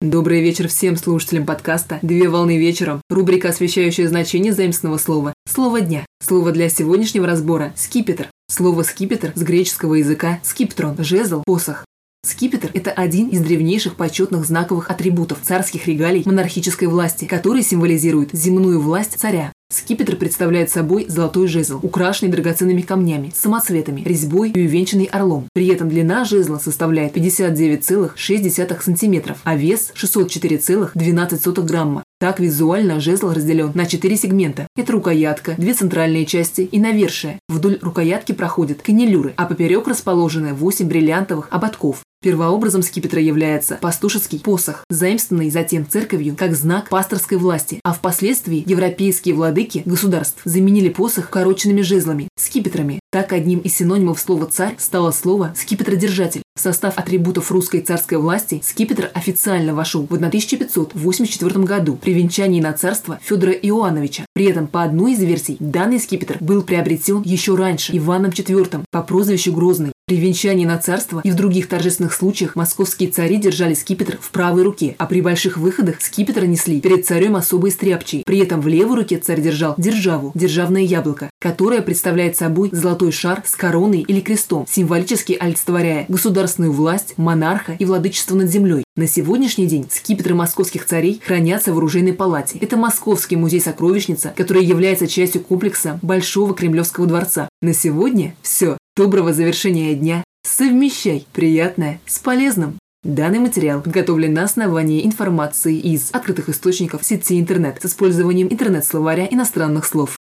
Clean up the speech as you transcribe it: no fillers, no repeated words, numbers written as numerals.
Добрый вечер всем слушателям подкаста «Две волны вечером». Рубрика, освещающая значение заимственного слова. Слово дня. Слово для сегодняшнего разбора – скипетр. Слово «скипетр» с греческого языка «скиптрон» – жезл, посох. Скипетр – это один из древнейших почетных знаковых атрибутов царских регалий монархической власти, который символизирует земную власть царя. Скипетр представляет собой золотой жезл, украшенный драгоценными камнями, самоцветами, резьбой и увенчанный орлом. При этом длина жезла составляет 59,6 см, а вес – 604,12 грамма. Так визуально жезл разделен на 4 сегмента. Это рукоятка, 2 центральные части и навершие. Вдоль рукоятки проходят каннелюры, а поперек расположены 8 бриллиантовых ободков. Первообразом скипетра является пастушеский посох, заимствованный затем церковью как знак пасторской власти, а впоследствии европейские владыки государств заменили посох укороченными жезлами – скипетрами. Так одним из синонимов слова «царь» стало слово «скипетродержатель». В состав атрибутов русской царской власти скипетр официально вошел в 1584 году при венчании на царство Федора Иоановича. При этом, по одной из версий, данный скипетр был приобретен еще раньше Иваном IV по прозвищу Грозный. При венчании на царство и в других торжественных случаях московские цари держали скипетр в правой руке, а при больших выходах скипетр несли перед царем особые стряпчие. При этом в левой руке царь держал державу, державное яблоко, которое представляет собой золотой шар с короной или крестом, символически олицетворяя государственную власть, монарха и владычество над землей. На сегодняшний день скипетры московских царей хранятся в оружейной палате. Это Московский музей-сокровищница, который является частью комплекса Большого Кремлевского дворца. На сегодня все. Доброго завершения дня. Совмещай приятное с полезным. Данный материал подготовлен на основании информации из открытых источников сети интернет с использованием интернет-словаря иностранных слов.